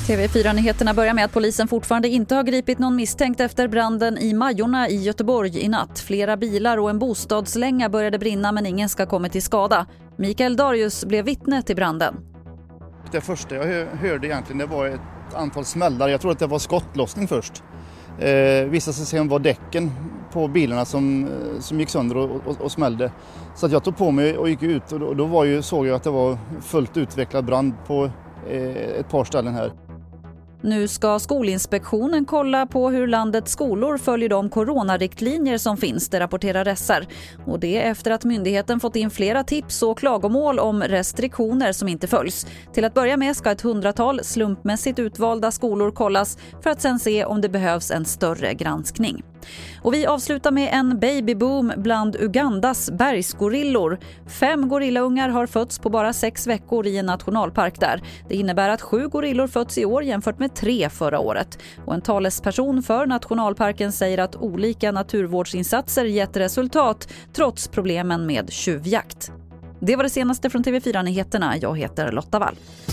TV4-nyheterna börjar med att polisen fortfarande inte har gripit någon misstänkt efter branden i Majorna i Göteborg i natt. Flera bilar och en bostadslänga började brinna men ingen ska komma till skada. Mikael Darius blev vittne till branden. Det första jag hörde egentligen det var ett antal smällar. Jag tror att det var skottlossning först. Visade sig sen var däcken på bilarna som gick sönder och smällde. Så att jag tog på mig och gick ut och då såg jag att det var fullt utvecklad brand på ett par ställen här. Nu ska Skolinspektionen kolla på hur landets skolor följer de coronariktlinjer som finns, det rapporterar SR. Och det efter att myndigheten fått in flera tips och klagomål om restriktioner som inte följs. Till att börja med ska ett 100-tal slumpmässigt utvalda skolor kollas för att sen se om det behövs en större granskning. Och vi avslutar med en babyboom bland Ugandas bergsgorillor. 5 gorillaungar har fötts på bara 6 veckor i en nationalpark där. Det innebär att 7 gorillor fötts i år jämfört med 3 förra året. Och en talesperson för nationalparken säger att olika naturvårdsinsatser gett resultat trots problemen med tjuvjakt. Det var det senaste från TV4-nyheterna. Jag heter Lotta Wall.